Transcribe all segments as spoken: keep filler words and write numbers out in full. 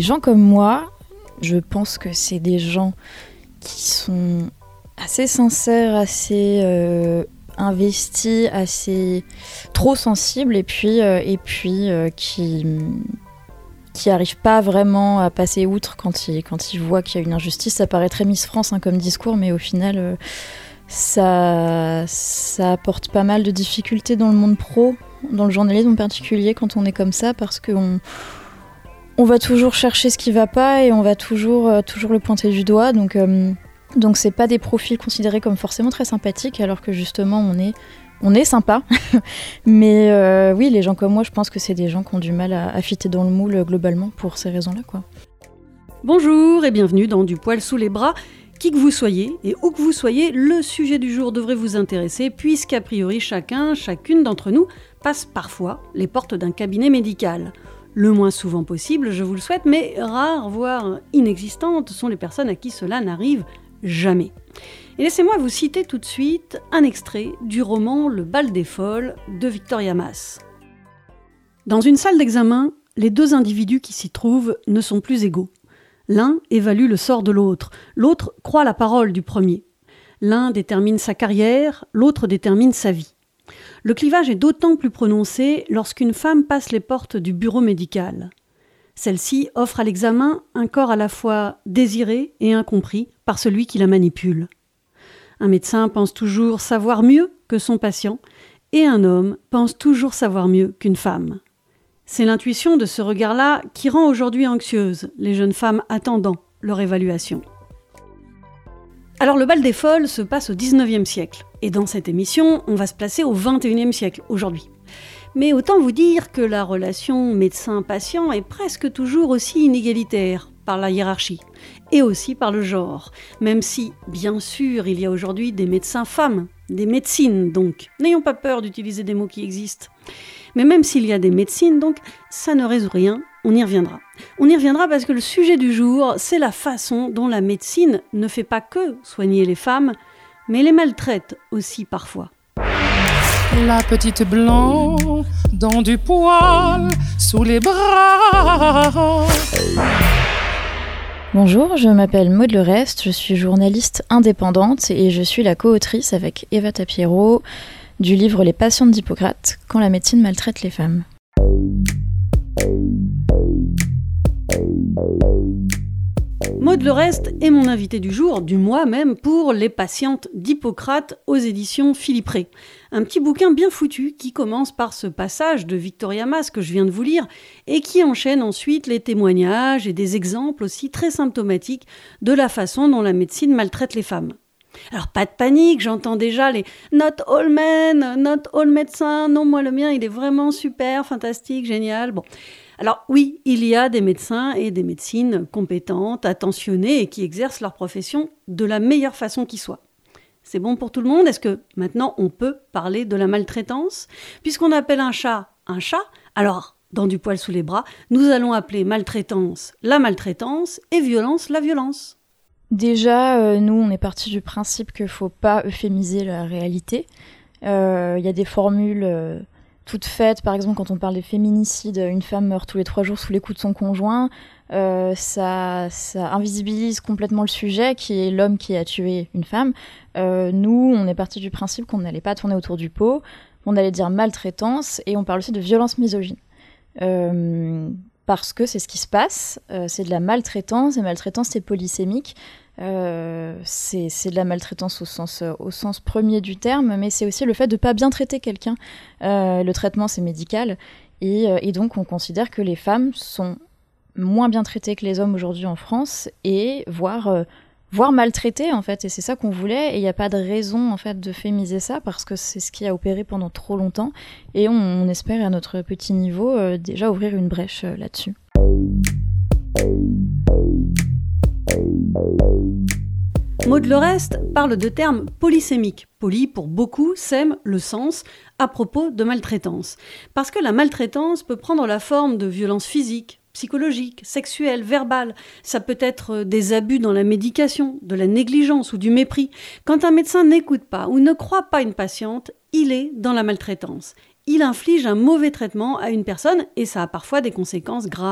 les gens comme moi, je pense que c'est des gens qui sont assez sincères, assez euh, investis, assez trop sensibles, et puis, euh, et puis euh, qui qui n'arrivent pas vraiment à passer outre quand ils, quand ils voient qu'il y a une injustice. Ça paraît très Miss France hein, comme discours, mais au final, euh, ça, ça apporte pas mal de difficultés dans le monde pro, dans le journalisme en particulier, quand on est comme ça, parce qu'on on va toujours chercher ce qui va pas et on va toujours, euh, toujours le pointer du doigt. Donc, euh, donc c'est pas des profils considérés comme forcément très sympathiques, alors que justement on est, on est sympa. Mais euh, oui, les gens comme moi, je pense que c'est des gens qui ont du mal à, à fitter dans le moule globalement pour ces raisons-là, quoi. Bonjour et bienvenue dans Du poil sous les bras. Qui que vous soyez et où que vous soyez, le sujet du jour devrait vous intéresser puisqu'a priori chacun, chacune d'entre nous passe parfois les portes d'un cabinet médical. Le moins souvent possible, je vous le souhaite, mais rares, voire inexistantes, sont les personnes à qui cela n'arrive jamais. Et laissez-moi vous citer tout de suite un extrait du roman Le bal des folles de Victoria Mass. Dans une salle d'examen, les deux individus qui s'y trouvent ne sont plus égaux. L'un évalue le sort de l'autre, l'autre croit la parole du premier. L'un détermine sa carrière, l'autre détermine sa vie. Le clivage est d'autant plus prononcé lorsqu'une femme passe les portes du bureau médical. Celle-ci offre à l'examen un corps à la fois désiré et incompris par celui qui la manipule. Un médecin pense toujours savoir mieux que son patient et un homme pense toujours savoir mieux qu'une femme. C'est l'intuition de ce regard-là qui rend aujourd'hui anxieuses les jeunes femmes attendant leur évaluation. Alors le bal des folles se passe au dix-neuvième siècle et dans cette émission, on va se placer au vingt et unième siècle aujourd'hui. Mais autant vous dire que la relation médecin-patient est presque toujours aussi inégalitaire par la hiérarchie et aussi par le genre, même si, bien sûr, il y a aujourd'hui des médecins femmes, des médecines donc. N'ayons pas peur d'utiliser des mots qui existent. Mais même s'il y a des médecines, donc, ça ne résout rien, on y reviendra. On y reviendra parce que le sujet du jour, c'est la façon dont la médecine ne fait pas que soigner les femmes, mais les maltraite aussi parfois. La petite blanc dans du poil sous les bras. Bonjour, je m'appelle Maud Lerest, je suis journaliste indépendante et je suis la co-autrice avec Eva Tapiero du livre Les patientes d'Hippocrate, quand la médecine maltraite les femmes. Maud Lerest est mon invitée du jour, du mois même, pour Les patientes d'Hippocrate aux éditions Philippe Ray. Un petit bouquin bien foutu qui commence par ce passage de Victoria Mass que je viens de vous lire et qui enchaîne ensuite les témoignages et des exemples aussi très symptomatiques de la façon dont la médecine maltraite les femmes. Alors pas de panique, j'entends déjà les « not all men, not all médecins », non moi le mien il est vraiment super, fantastique, génial, bon. Alors oui, il y a des médecins et des médecines compétentes, attentionnées et qui exercent leur profession de la meilleure façon qui soit. C'est bon pour tout le monde ? Est-ce que maintenant on peut parler de la maltraitance ? Puisqu'on appelle un chat un chat, alors dans Du poil sous les bras, nous allons appeler maltraitance la maltraitance et violence la violence. Déjà, euh, nous, on est parti du principe qu'il ne faut pas euphémiser la réalité. Il euh, y a des formules euh, toutes faites. Par exemple, quand on parle des féminicides, une femme meurt tous les trois jours sous les coups de son conjoint. Euh, ça, ça invisibilise complètement le sujet, qui est l'homme qui a tué une femme. Euh, nous, on est parti du principe qu'on n'allait pas tourner autour du pot. On allait dire maltraitance, et on parle aussi de violence misogyne. Euh, parce que c'est ce qui se passe, euh, c'est de la maltraitance, et maltraitance c'est polysémique, euh, c'est, c'est de la maltraitance au sens, euh, au sens premier du terme, mais c'est aussi le fait de ne pas bien traiter quelqu'un. Euh, le traitement c'est médical, et, euh, et donc on considère que les femmes sont moins bien traitées que les hommes aujourd'hui en France, et voire, euh, voire maltraitées en fait, et c'est ça qu'on voulait, et il n'y a pas de raison en fait de féminiser ça, parce que c'est ce qui a opéré pendant trop longtemps, et on, on espère à notre petit niveau euh, déjà ouvrir une brèche euh, là-dessus. Maud Lerest parle de termes polysémiques. Poly, pour beaucoup, sème le sens à propos de maltraitance. Parce que la maltraitance peut prendre la forme de violences physiques, psychologiques, sexuelles, verbales. Ça peut être des abus dans la médication, de la négligence ou du mépris. Quand un médecin n'écoute pas ou ne croit pas une patiente, il est dans la maltraitance. Il inflige un mauvais traitement à une personne et ça a parfois des conséquences graves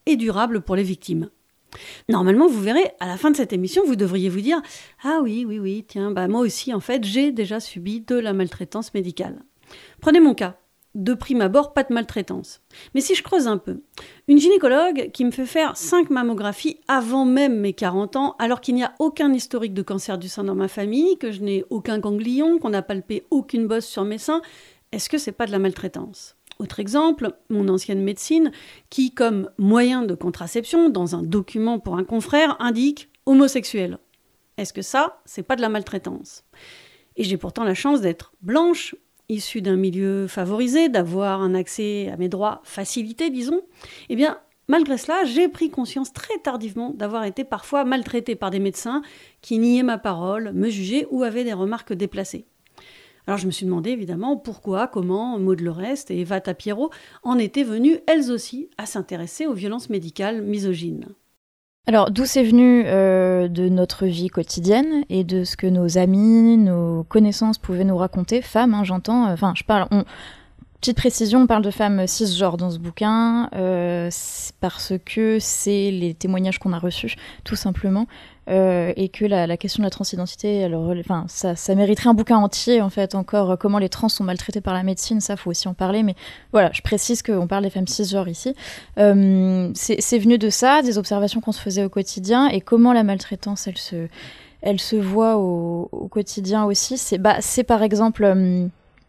et durable pour les victimes. Normalement, vous verrez, à la fin de cette émission, vous devriez vous dire « Ah oui, oui, oui, tiens, bah moi aussi, en fait, j'ai déjà subi de la maltraitance médicale. » Prenez mon cas. De prime abord, pas de maltraitance. Mais si je creuse un peu, une gynécologue qui me fait faire cinq mammographies avant même mes quarante ans, alors qu'il n'y a aucun historique de cancer du sein dans ma famille, que je n'ai aucun ganglion, qu'on n'a palpé aucune bosse sur mes seins, est-ce que c'est pas de la maltraitance ? Autre exemple, mon ancienne médecine, qui, comme moyen de contraception, dans un document pour un confrère, indique « homosexuel ». Est-ce que ça, c'est pas de la maltraitance ? Et j'ai pourtant la chance d'être blanche, issue d'un milieu favorisé, d'avoir un accès à mes droits facilité, disons. Eh bien, malgré cela, j'ai pris conscience très tardivement d'avoir été parfois maltraitée par des médecins qui niaient ma parole, me jugeaient ou avaient des remarques déplacées. Alors je me suis demandé évidemment pourquoi, comment Maud Lerest et Eva Tapiero en étaient venues elles aussi à s'intéresser aux violences médicales misogynes. Alors d'où c'est venu euh, de notre vie quotidienne et de ce que nos amis, nos connaissances pouvaient nous raconter, femmes, hein, j'entends, enfin euh, je parle, on... petite précision, on parle de femmes cisgenres dans ce bouquin, euh, parce que c'est les témoignages qu'on a reçus, tout simplement. Euh, et que la, la question de la transidentité, alors, enfin, ça, ça mériterait un bouquin entier en fait encore, comment les trans sont maltraités par la médecine, ça faut aussi en parler, mais voilà, je précise qu'on parle des femmes cisgenres ici. Euh, c'est, c'est venu de ça, des observations qu'on se faisait au quotidien, et comment la maltraitance elle se, elle se voit au, au quotidien aussi. C'est, bah, c'est par exemple... Euh,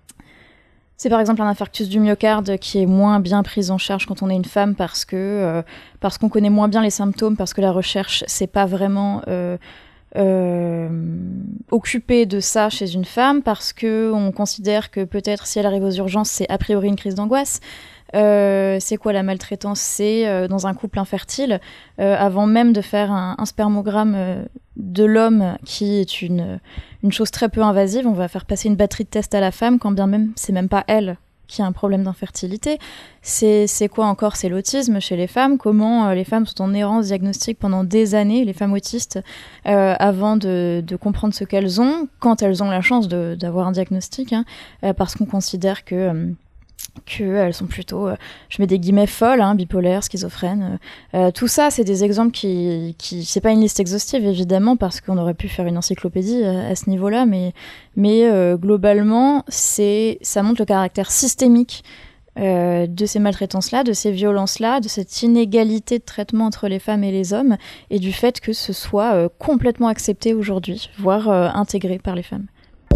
C'est par exemple un infarctus du myocarde qui est moins bien pris en charge quand on est une femme parce que euh, parce qu'on connaît moins bien les symptômes, parce que la recherche s'est pas vraiment euh, euh, occupée de ça chez une femme, parce que on considère que peut-être si elle arrive aux urgences, c'est a priori une crise d'angoisse. Euh, c'est quoi la maltraitance ? C'est euh, dans un couple infertile, euh, avant même de faire un, un spermogramme euh, de l'homme, qui est une, une chose très peu invasive, on va faire passer une batterie de tests à la femme, quand bien même c'est même pas elle qui a un problème d'infertilité. C'est, c'est quoi encore ? C'est l'autisme chez les femmes, comment euh, les femmes sont en errance diagnostique pendant des années, les femmes autistes, euh, avant de, de comprendre ce qu'elles ont, quand elles ont la chance de, d'avoir un diagnostic, hein, euh, parce qu'on considère que... Euh, qu'elles sont plutôt, euh, je mets des guillemets, folles, hein, bipolaires, schizophrènes. Euh, tout ça, c'est des exemples qui, qui... C'est pas une liste exhaustive, évidemment, parce qu'on aurait pu faire une encyclopédie à, à ce niveau-là, mais, mais euh, globalement, c'est, ça montre le caractère systémique euh, de ces maltraitances-là, de ces violences-là, de cette inégalité de traitement entre les femmes et les hommes, et du fait que ce soit euh, complètement accepté aujourd'hui, voire euh, intégré par les femmes.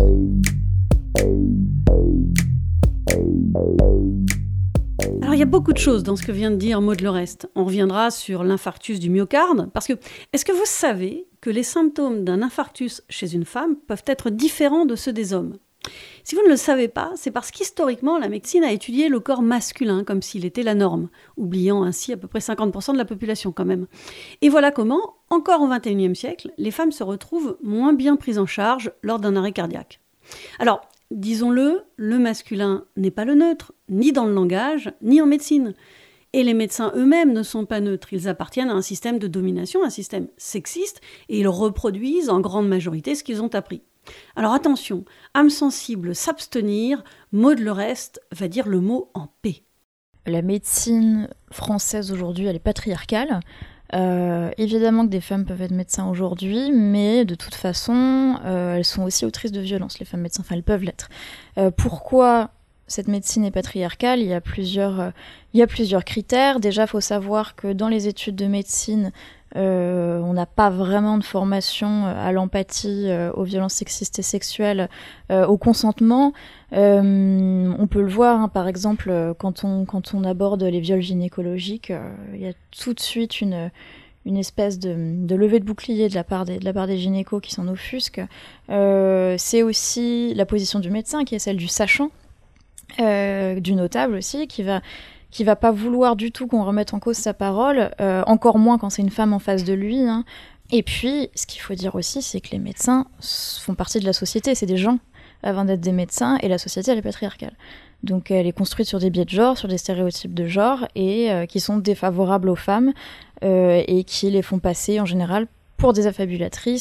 Alors il y a beaucoup de choses dans ce que vient de dire Maud Lerest. On reviendra sur l'infarctus du myocarde, parce que est-ce que vous savez que les symptômes d'un infarctus chez une femme peuvent être différents de ceux des hommes ? Si vous ne le savez pas, c'est parce qu'historiquement, la médecine a étudié le corps masculin comme s'il était la norme, oubliant ainsi à peu près cinquante pour cent de la population quand même. Et voilà comment, encore au vingt et unième siècle, les femmes se retrouvent moins bien prises en charge lors d'un arrêt cardiaque. Alors, disons-le, le masculin n'est pas le neutre, ni dans le langage, ni en médecine. Et les médecins eux-mêmes ne sont pas neutres, ils appartiennent à un système de domination, un système sexiste, et ils reproduisent en grande majorité ce qu'ils ont appris. Alors attention, âme sensible, s'abstenir, Maud Lerest va dire le mot en paix. La médecine française aujourd'hui, elle est patriarcale. Euh, évidemment que des femmes peuvent être médecins aujourd'hui, mais de toute façon, euh, elles sont aussi autrices de violences, les femmes médecins, enfin elles peuvent l'être. Euh, pourquoi cette médecine est patriarcale ? Il y a plusieurs, euh, il y a plusieurs critères. Déjà, il faut savoir que dans les études de médecine, euh, on n'a pas vraiment de formation à l'empathie, euh, aux violences sexistes et sexuelles, euh, au consentement. Euh, on peut le voir, hein, par exemple, quand on, quand on aborde les viols gynécologiques, euh, il y a tout de suite une, une espèce de, de levée de bouclier de la part des, de la part des gynécos qui s'en offusquent. Euh, c'est aussi la position du médecin qui est celle du sachant, euh, du notable aussi, qui va... qui va pas vouloir du tout qu'on remette en cause sa parole, euh, encore moins quand c'est une femme en face de lui, hein. Et puis, ce qu'il faut dire aussi, c'est que les médecins font partie de la société, c'est des gens avant d'être des médecins, et la société, elle est patriarcale. Donc elle est construite sur des biais de genre, sur des stéréotypes de genre, et euh, qui sont défavorables aux femmes, euh, et qui les font passer en général pour des affabulatrices,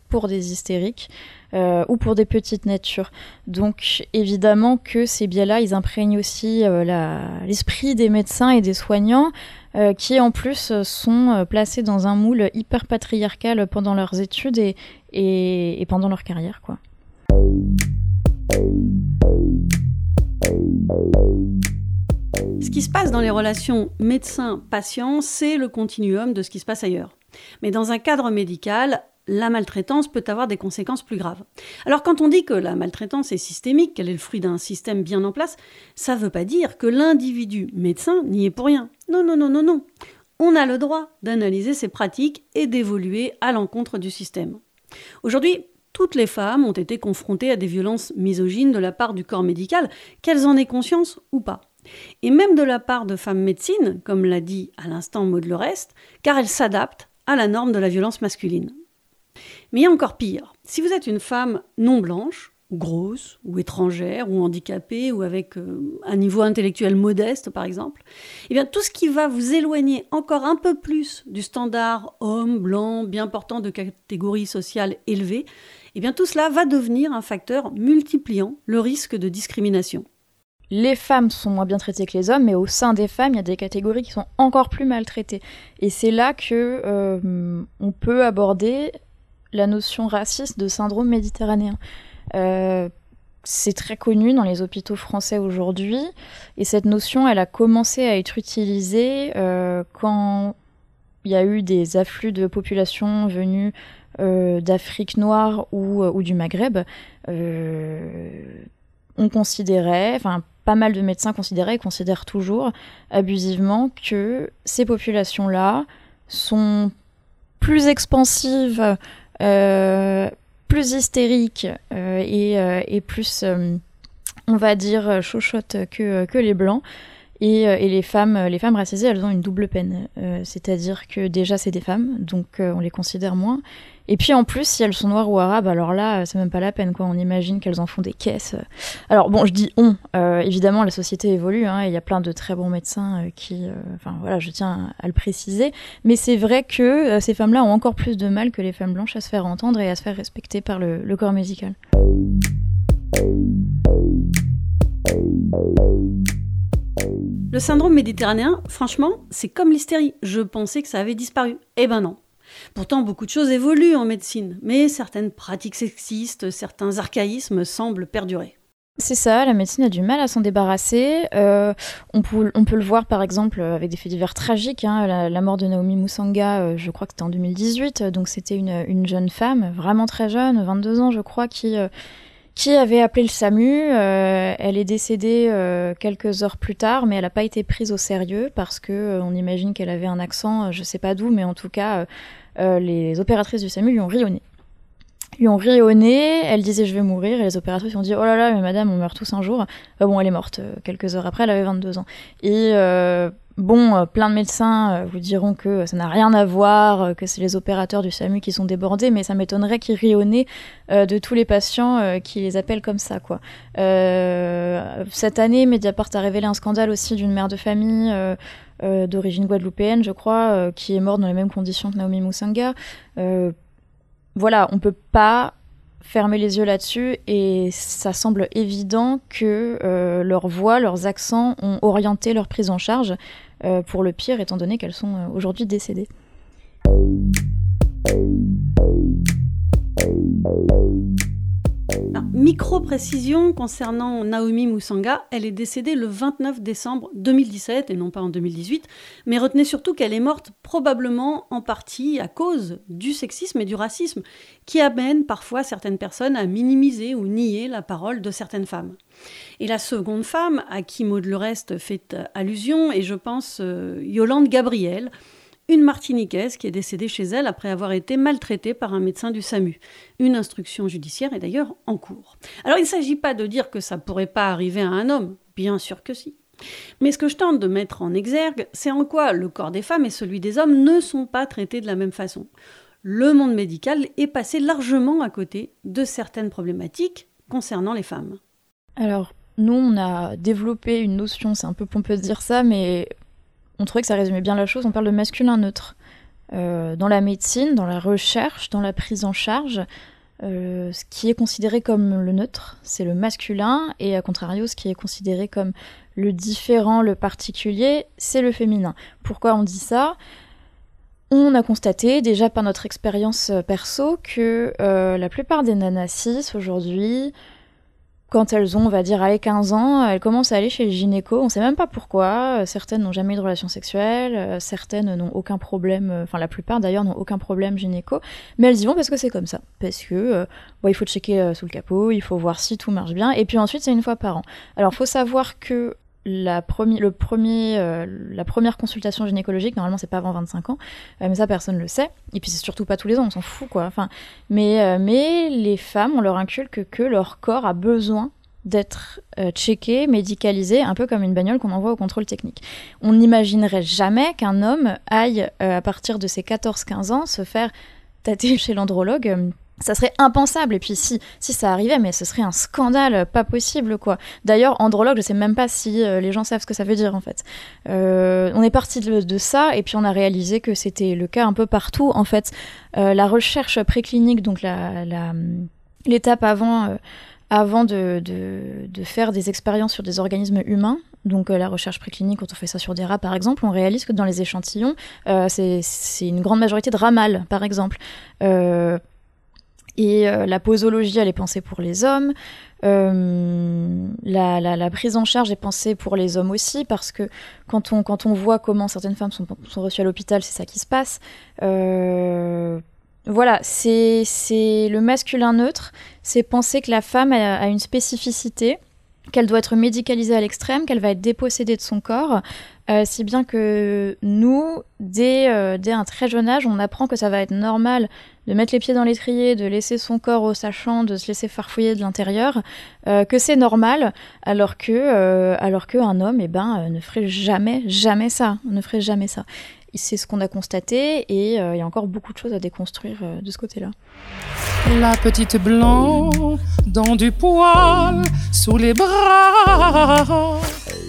pour des hystériques euh, ou pour des petites natures. Donc évidemment que ces biais-là, ils imprègnent aussi euh, la, l'esprit des médecins et des soignants euh, qui en plus sont euh, placés dans un moule hyper patriarcal pendant leurs études et, et, et pendant leur carrière, quoi. Ce qui se passe dans les relations médecin-patient, c'est le continuum de ce qui se passe ailleurs. Mais dans un cadre médical, la maltraitance peut avoir des conséquences plus graves. Alors quand on dit que la maltraitance est systémique, qu'elle est le fruit d'un système bien en place, ça ne veut pas dire que l'individu médecin n'y est pour rien. Non, non, non, non, non. On a le droit d'analyser ces pratiques et d'évoluer à l'encontre du système. Aujourd'hui, toutes les femmes ont été confrontées à des violences misogynes de la part du corps médical, qu'elles en aient conscience ou pas. Et même de la part de femmes médecines, comme l'a dit à l'instant Maud Lerest, car elles s'adaptent à la norme de la violence masculine. Mais il y a encore pire. Si vous êtes une femme non blanche, ou grosse, ou étrangère, ou handicapée, ou avec euh, un niveau intellectuel modeste, par exemple, eh bien, tout ce qui va vous éloigner encore un peu plus du standard homme, blanc, bien portant de catégorie sociale élevée, eh bien, tout cela va devenir un facteur multipliant le risque de discrimination. Les femmes sont moins bien traitées que les hommes, mais au sein des femmes, il y a des catégories qui sont encore plus maltraitées. Et c'est là que euh, on peut aborder la notion raciste de syndrome méditerranéen. Euh, c'est très connu dans les hôpitaux français aujourd'hui, et cette notion, elle a commencé à être utilisée euh, quand il y a eu des afflux de populations venues euh, d'Afrique noire ou, ou du Maghreb. Euh, on considérait, enfin pas mal de médecins considéraient et considèrent toujours abusivement que ces populations-là sont plus expansives, euh, plus hystériques euh, et, euh, et plus, euh, on va dire, chochottes que, que les blancs. Et, et les femmes, les femmes racisées, elles ont une double peine. Euh, c'est-à-dire que déjà, c'est des femmes, donc euh, on les considère moins. Et puis en plus, si elles sont noires ou arabes, alors là, c'est même pas la peine, quoi. On imagine qu'elles en font des caisses. Alors bon, je dis on. Euh, évidemment, la société évolue, hein, et il y a plein de très bons médecins euh, qui... Euh, enfin voilà, je tiens à le préciser. Mais c'est vrai que euh, ces femmes-là ont encore plus de mal que les femmes blanches à se faire entendre et à se faire respecter par le, le corps médical. Le syndrome méditerranéen, franchement, c'est comme l'hystérie. Je pensais que ça avait disparu. Eh ben non. Pourtant, beaucoup de choses évoluent en médecine, mais certaines pratiques sexistes, certains archaïsmes semblent perdurer. C'est ça, la médecine a du mal à s'en débarrasser. Euh, on, peut, on peut le voir par exemple avec des faits divers tragiques. Hein, la, la mort de Naomi Moussanga, euh, je crois que c'était en deux mille dix-huit, donc c'était une, une jeune femme, vraiment très jeune, vingt-deux ans je crois, qui... Euh, qui avait appelé le SAMU. Euh, elle est décédée euh, quelques heures plus tard, mais elle n'a pas été prise au sérieux parce que euh, on imagine qu'elle avait un accent, euh, je sais pas d'où, mais en tout cas, euh, euh, les opératrices du SAMU lui ont ri au nez. Lui ont ri au nez, elle disait je vais mourir, et les opératrices ont dit oh là là, mais madame, on meurt tous un jour. Euh, bon, elle est morte euh, quelques heures après, elle avait vingt-deux ans. Et euh, bon, euh, plein de médecins euh, vous diront que ça n'a rien à voir, euh, que c'est les opérateurs du SAMU qui sont débordés, mais ça m'étonnerait qu'ils rient au nez euh, de tous les patients euh, qui les appellent comme ça, quoi. Euh, cette année, Mediapart a révélé un scandale aussi d'une mère de famille euh, euh, d'origine guadeloupéenne, je crois, euh, qui est morte dans les mêmes conditions que Naomi Moussanga. Euh, Voilà, on peut pas fermer les yeux là-dessus et ça semble évident que euh, leurs voix, leurs accents ont orienté leur prise en charge euh, pour le pire, étant donné qu'elles sont euh, aujourd'hui décédées. Alors, micro-précision concernant Naomi Moussanga, elle est décédée le vingt-neuf décembre deux mille dix-sept et non pas en deux mille dix-huit, mais retenez surtout qu'elle est morte probablement en partie à cause du sexisme et du racisme qui amènent parfois certaines personnes à minimiser ou nier la parole de certaines femmes. Et la seconde femme à qui Maud Lerest fait allusion est, je pense, euh, Yolande Gabriel, une Martiniquaise qui est décédée chez elle après avoir été maltraitée par un médecin du SAMU. Une instruction judiciaire est d'ailleurs en cours. Alors il ne s'agit pas de dire que ça ne pourrait pas arriver à un homme, bien sûr que si. Mais ce que je tente de mettre en exergue, c'est en quoi le corps des femmes et celui des hommes ne sont pas traités de la même façon. Le monde médical est passé largement à côté de certaines problématiques concernant les femmes. Alors, nous, on a développé une notion, c'est un peu pompeux de dire ça, mais on trouvait que ça résumait bien la chose, on parle de masculin neutre. Euh, dans la médecine, dans la recherche, dans la prise en charge, euh, ce qui est considéré comme le neutre, c'est le masculin, et à contrario, ce qui est considéré comme le différent, le particulier, c'est le féminin. Pourquoi on dit ça ? On a constaté, déjà par notre expérience perso, que euh, la plupart des nanas cis, aujourd'hui, quand elles ont, on va dire, allez, quinze ans, elles commencent à aller chez le gynéco, on sait même pas pourquoi, certaines n'ont jamais eu de relations sexuelles, certaines n'ont aucun problème, enfin la plupart d'ailleurs n'ont aucun problème gynéco, mais elles y vont parce que c'est comme ça, parce que euh, bon, il faut checker euh, sous le capot, il faut voir si tout marche bien, et puis ensuite c'est une fois par an. Alors faut savoir que la, premi- le premier, euh, la première consultation gynécologique, normalement c'est pas avant vingt-cinq ans, euh, mais ça personne le sait, et puis c'est surtout pas tous les ans, on s'en fout quoi. Enfin, mais, euh, mais les femmes, on leur inculque que leur corps a besoin d'être euh, checké, médicalisé, un peu comme une bagnole qu'on envoie au contrôle technique. On n'imaginerait jamais qu'un homme aille, euh, à partir de ses quatorze quinze ans, se faire tâter chez l'andrologue. euh, Ça serait impensable, et puis si, si ça arrivait, mais ce serait un scandale, pas possible, quoi. D'ailleurs, andrologue, je sais même pas si euh, les gens savent ce que ça veut dire, en fait. Euh, on est parti de, de ça, et puis on a réalisé que c'était le cas un peu partout, en fait. Euh, la recherche préclinique, donc la, la, l'étape avant, euh, avant de, de, de faire des expériences sur des organismes humains, donc euh, la recherche préclinique, quand on fait ça sur des rats, par exemple, on réalise que dans les échantillons, euh, c'est, c'est une grande majorité de rats mâles, par exemple. Euh, Et euh, la posologie, elle est pensée pour les hommes. Euh, la, la, la prise en charge est pensée pour les hommes aussi, parce que quand on, quand on voit comment certaines femmes sont, sont reçues à l'hôpital, c'est ça qui se passe. Euh, voilà, c'est, c'est le masculin neutre, c'est penser que la femme a, a une spécificité, qu'elle doit être médicalisée à l'extrême, qu'elle va être dépossédée de son corps, euh, si bien que nous, dès, euh, dès un très jeune âge, on apprend que ça va être normal de mettre les pieds dans l'étrier, de laisser son corps au sachant, de se laisser farfouiller de l'intérieur, euh, que c'est normal, alors que, euh, alors qu'un homme, eh ben, euh, ne ferait jamais, jamais ça, ne ferait jamais ça. C'est ce qu'on a constaté, et il euh, y a encore beaucoup de choses à déconstruire euh, de ce côté-là. La petite blanc dans du poil sous les bras.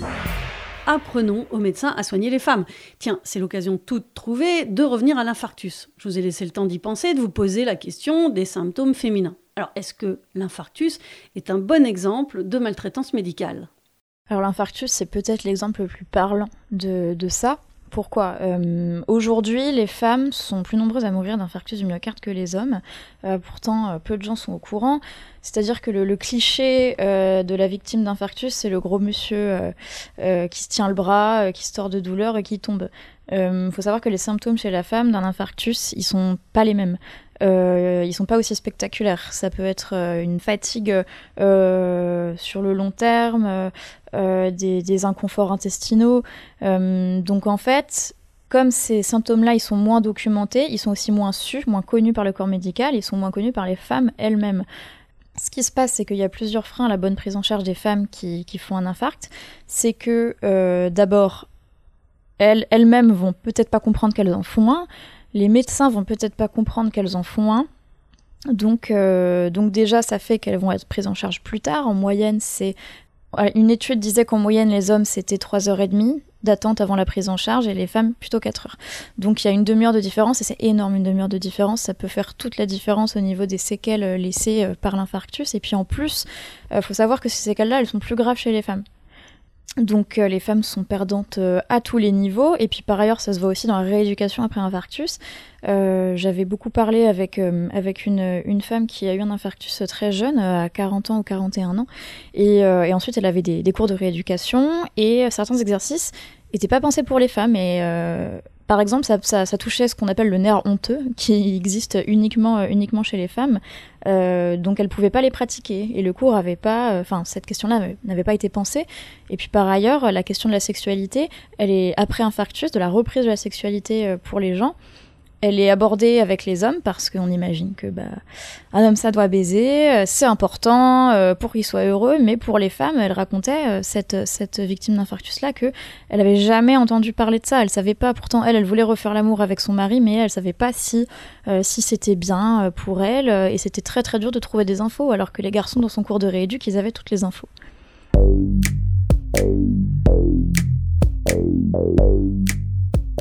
Apprenons aux médecins à soigner les femmes. Tiens, c'est l'occasion toute trouvée de revenir à l'infarctus. Je vous ai laissé le temps d'y penser, de vous poser la question des symptômes féminins. Alors, est-ce que l'infarctus est un bon exemple de maltraitance médicale ? Alors l'infarctus, c'est peut-être l'exemple le plus parlant de, de ça. Pourquoi ? euh, Aujourd'hui, les femmes sont plus nombreuses à mourir d'infarctus du myocarde que les hommes. Euh, pourtant, euh, peu de gens sont au courant. C'est-à-dire que le, le cliché euh, de la victime d'infarctus, c'est le gros monsieur euh, euh, qui se tient le bras, euh, qui se tord de douleur et qui tombe. Il euh, faut savoir que les symptômes chez la femme d'un infarctus, ils sont pas les mêmes. Euh, ils sont pas aussi spectaculaires. Ça peut être euh, une fatigue euh, sur le long terme, euh, euh, des, des inconforts intestinaux. Euh, donc en fait, comme ces symptômes-là, ils sont moins documentés, ils sont aussi moins su, moins connus par le corps médical, ils sont moins connus par les femmes elles-mêmes. Ce qui se passe, c'est qu'il y a plusieurs freins à la bonne prise en charge des femmes qui, qui font un infarct. C'est que euh, d'abord, elles, elles-mêmes vont peut-être pas comprendre qu'elles en font un. Les médecins vont peut-être pas comprendre qu'elles en font un. Donc, euh, donc déjà, ça fait qu'elles vont être prises en charge plus tard. En moyenne, c'est... Une étude disait qu'en moyenne, les hommes, c'était trois heures trente d'attente avant la prise en charge, et les femmes, plutôt quatre heures. Donc il y a une demi-heure de différence, et c'est énorme, une demi-heure de différence. Ça peut faire toute la différence au niveau des séquelles laissées par l'infarctus. Et puis en plus, il euh, faut savoir que ces séquelles-là, elles sont plus graves chez les femmes. Donc euh, les femmes sont perdantes euh, à tous les niveaux, et puis par ailleurs ça se voit aussi dans la rééducation après infarctus. Euh, j'avais beaucoup parlé avec, euh, avec une, une femme qui a eu un infarctus très jeune, euh, à quarante ans ou quarante et un ans, et, euh, et ensuite elle avait des, des cours de rééducation, et certains exercices n'étaient pas pensés pour les femmes, et euh, par exemple ça, ça, ça touchait ce qu'on appelle le nerf honteux, qui existe uniquement, euh, uniquement chez les femmes. Euh, donc elle pouvait pas les pratiquer, et le cours avait pas, enfin euh, cette question-là n'avait pas été pensée. Et puis par ailleurs, la question de la sexualité, elle est après infarctus, de la reprise de la sexualité euh, pour les gens, elle est abordée avec les hommes parce qu'on imagine que bah un homme ça doit baiser, euh, c'est important euh, pour qu'il soit heureux, mais pour les femmes, elle racontait euh, cette cette victime d'infarctus là que elle avait jamais entendu parler de ça, elle savait pas. Pourtant elle elle voulait refaire l'amour avec son mari, mais elle savait pas si euh, si c'était bien euh, pour elle, euh, et c'était très très dur de trouver des infos, alors que les garçons dans son cours de rééduc, ils avaient toutes les infos.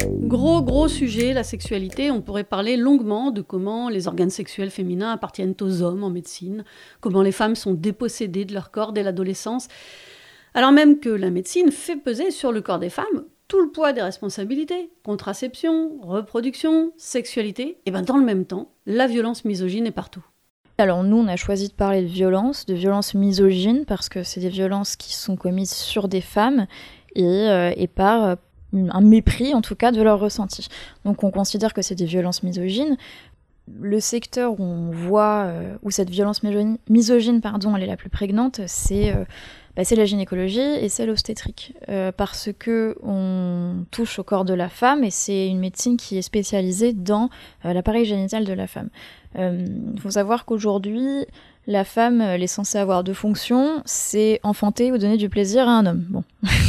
Gros, gros sujet, la sexualité. On pourrait parler longuement de comment les organes sexuels féminins appartiennent aux hommes en médecine, comment les femmes sont dépossédées de leur corps dès l'adolescence, alors même que la médecine fait peser sur le corps des femmes tout le poids des responsabilités, contraception, reproduction, sexualité, et ben dans le même temps, la violence misogyne est partout. Alors nous, on a choisi de parler de violence, de violence misogyne, parce que c'est des violences qui sont commises sur des femmes et, euh, et par euh, un mépris, en tout cas, de leur ressenti. Donc on considère que c'est des violences misogynes. Le secteur où on voit, euh, où cette violence misogyne, misogyne pardon, elle est la plus prégnante, c'est... Euh, Bah, c'est la gynécologie et c'est l'obstétrique, euh, parce que on touche au corps de la femme et c'est une médecine qui est spécialisée dans euh, l'appareil génital de la femme. Il euh, faut savoir qu'aujourd'hui, la femme, elle est censée avoir deux fonctions, c'est enfanter ou donner du plaisir à un homme. Bon.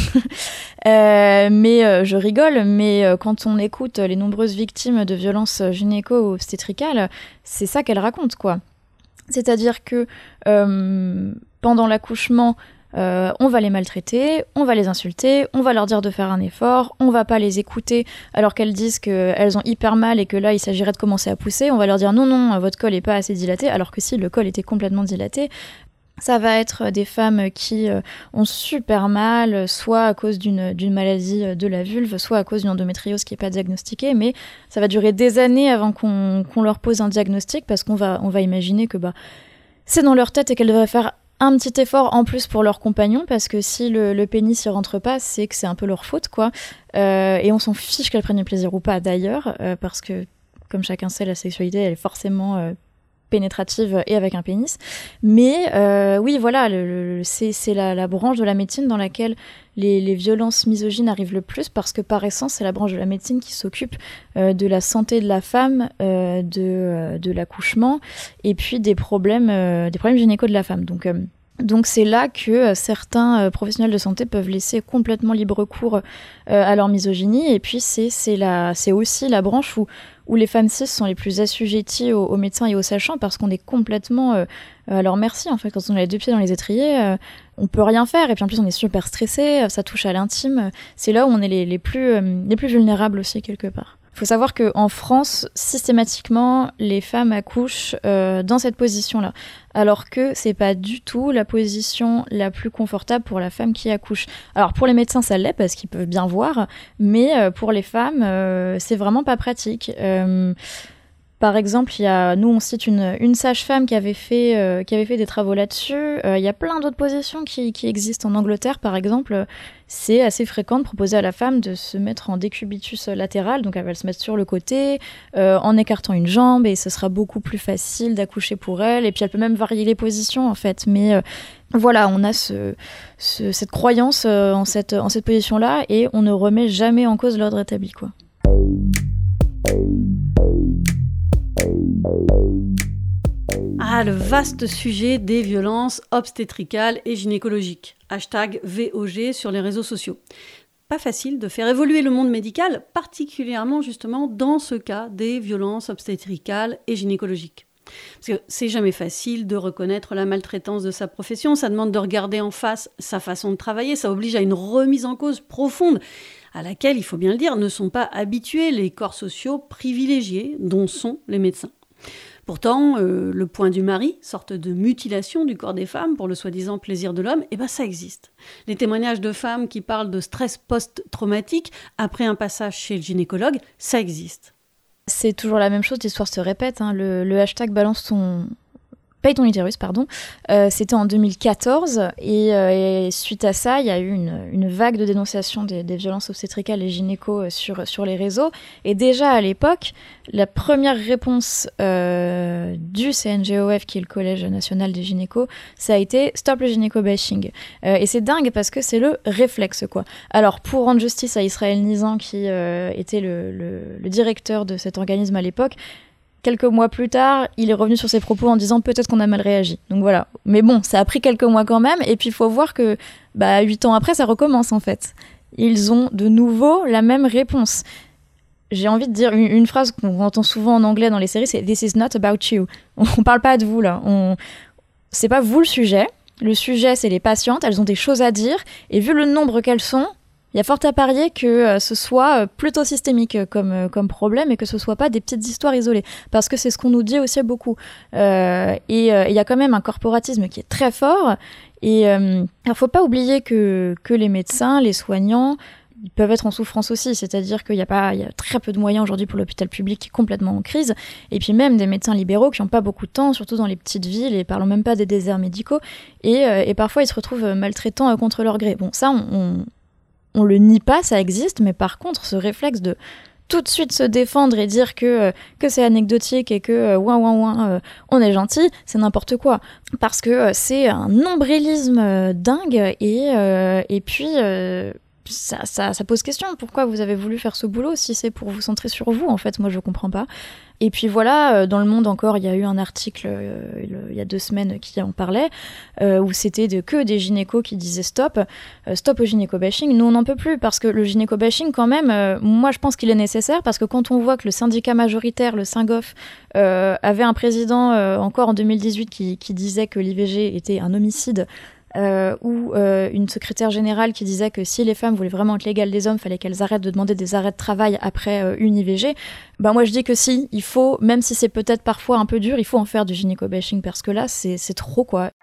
euh, mais euh, je rigole, mais euh, quand on écoute les nombreuses victimes de violences gynéco-obstétricales, c'est ça qu'elles racontent, quoi. C'est-à-dire que euh, pendant l'accouchement, Euh, on va les maltraiter, on va les insulter, on va leur dire de faire un effort, on va pas les écouter alors qu'elles disent qu'elles ont hyper mal et que là il s'agirait de commencer à pousser, on va leur dire non non votre col est pas assez dilaté, alors que si le col était complètement dilaté. Ça va être des femmes qui euh, ont super mal, soit à cause d'une, d'une maladie de la vulve, soit à cause d'une endométriose qui n'est pas diagnostiquée, mais ça va durer des années avant qu'on, qu'on leur pose un diagnostic, parce qu'on va, on va imaginer que bah, c'est dans leur tête et qu'elles devraient faire un petit effort en plus pour leur compagnon, parce que si le, le pénis y rentre pas, c'est que c'est un peu leur faute, quoi. Euh, et on s'en fiche qu'elles prennent du plaisir ou pas, d'ailleurs, euh, parce que, comme chacun sait, la sexualité, elle est forcément euh, pénétrative et avec un pénis. Mais euh, oui, voilà, le, le, c'est, c'est la, la branche de la médecine dans laquelle les, les violences misogynes arrivent le plus, parce que par essence, c'est la branche de la médecine qui s'occupe euh, de la santé de la femme, euh, de, euh, de l'accouchement, et puis des problèmes, euh, des problèmes gynéco de la femme. Donc, euh, donc c'est là que euh, certains euh, professionnels de santé peuvent laisser complètement libre cours euh, à leur misogynie, et puis c'est, c'est, la, c'est aussi la branche où où les femmes cis sont les plus assujetties aux, aux médecins et aux sachants, parce qu'on est complètement euh, à leur merci, en fait. Quand on a les deux pieds dans les étriers, euh, on peut rien faire, et puis en plus on est super stressé, ça touche à l'intime, c'est là où on est les, les, plus, euh, les plus vulnérables aussi, quelque part. Il faut savoir qu'en France, systématiquement, les femmes accouchent euh, dans cette position-là, alors que c'est pas du tout la position la plus confortable pour la femme qui accouche. Alors pour les médecins, ça l'est, parce qu'ils peuvent bien voir, mais euh, pour les femmes, euh, c'est vraiment pas pratique. Euh, Par exemple, il y a, nous on cite une, une sage-femme qui avait fait, euh, qui avait fait des travaux là-dessus. Euh, il y a plein d'autres positions qui, qui existent en Angleterre, par exemple. C'est assez fréquent de proposer à la femme de se mettre en décubitus latéral, donc elle va se mettre sur le côté, euh, en écartant une jambe, et ce sera beaucoup plus facile d'accoucher pour elle. Et puis elle peut même varier les positions, en fait. Mais euh, voilà, on a ce, ce, cette croyance euh, en, cette, en cette position-là, et on ne remet jamais en cause l'ordre établi, quoi. Ah, le vaste sujet des violences obstétricales et gynécologiques. Hashtag V O G sur les réseaux sociaux. Pas facile de faire évoluer le monde médical, particulièrement justement dans ce cas des violences obstétricales et gynécologiques. Parce que c'est jamais facile de reconnaître la maltraitance de sa profession, ça demande de regarder en face sa façon de travailler, ça oblige à une remise en cause profonde, à laquelle, il faut bien le dire, ne sont pas habitués les corps sociaux privilégiés dont sont les médecins. Pourtant, euh, le point du mari, sorte de mutilation du corps des femmes pour le soi-disant plaisir de l'homme, eh ben ça existe. Les témoignages de femmes qui parlent de stress post-traumatique après un passage chez le gynécologue, ça existe. C'est toujours la même chose, l'histoire se répète, hein. Le, le hashtag balance ton... Paye ton utérus, pardon. Euh, c'était en deux mille quatorze, et, euh, et suite à ça, il y a eu une, une vague de dénonciation des, des violences obstétricales et gynéco sur, sur les réseaux. Et déjà à l'époque, la première réponse euh, du C N G O F, qui est le Collège national des gynécos, ça a été « Stop le gynéco-bashing euh, ». Et c'est dingue parce que c'est le réflexe, quoi. Alors, pour rendre justice à Israël Nizan, qui euh, était le, le, le directeur de cet organisme à l'époque, quelques mois plus tard, il est revenu sur ses propos en disant peut-être qu'on a mal réagi. Donc voilà. Mais bon, ça a pris quelques mois quand même. Et puis il faut voir que bah, huit ans après, ça recommence en fait. Ils ont de nouveau la même réponse. J'ai envie de dire une, une phrase qu'on entend souvent en anglais dans les séries, c'est « This is not about you ». On ne parle pas de vous là. On... C'est pas vous le sujet. Le sujet, c'est les patientes. Elles ont des choses à dire. Et vu le nombre qu'elles sont, il y a fort à parier que euh, ce soit plutôt systémique comme, euh, comme problème et que ce soit pas des petites histoires isolées. Parce que c'est ce qu'on nous dit aussi beaucoup. Euh, et il euh, y a quand même un corporatisme qui est très fort. Et il euh, faut pas oublier que, que les médecins, les soignants, ils peuvent être en souffrance aussi. C'est-à-dire qu'il y a pas, il y a très peu de moyens aujourd'hui pour l'hôpital public qui est complètement en crise. Et puis même des médecins libéraux qui n'ont pas beaucoup de temps, surtout dans les petites villes, et parlons même pas des déserts médicaux. Et, euh, et parfois, ils se retrouvent maltraitants euh, contre leur gré. Bon, ça, on... on On le nie pas, ça existe, mais par contre, ce réflexe de tout de suite se défendre et dire que, euh, que c'est anecdotique et que euh, ouin ouin ouin, euh, on est gentil, c'est n'importe quoi. Parce que euh, c'est un nombrilisme euh, dingue et, euh, et puis euh, ça, ça, ça pose question. Pourquoi vous avez voulu faire ce boulot si c'est pour vous centrer sur vous, en fait, moi je comprends pas. Et puis voilà, dans Le Monde encore, il y a eu un article euh, il y a deux semaines qui en parlait, euh, où c'était de, que des gynécos qui disaient stop, euh, stop au gynéco-bashing. Nous, on n'en peut plus, parce que le gynéco-bashing, quand même, euh, moi, je pense qu'il est nécessaire, parce que quand on voit que le syndicat majoritaire, le Syngof, euh, avait un président, euh, encore en deux mille dix-huit, qui, qui disait que l'I V G était un homicide, Euh, ou euh, une secrétaire générale qui disait que si les femmes voulaient vraiment être l'égale des hommes, fallait qu'elles arrêtent de demander des arrêts de travail après euh, une I V G. Ben moi je dis que si, il faut, même si c'est peut-être parfois un peu dur, il faut en faire du gynéco-bashing parce que là c'est, c'est trop quoi.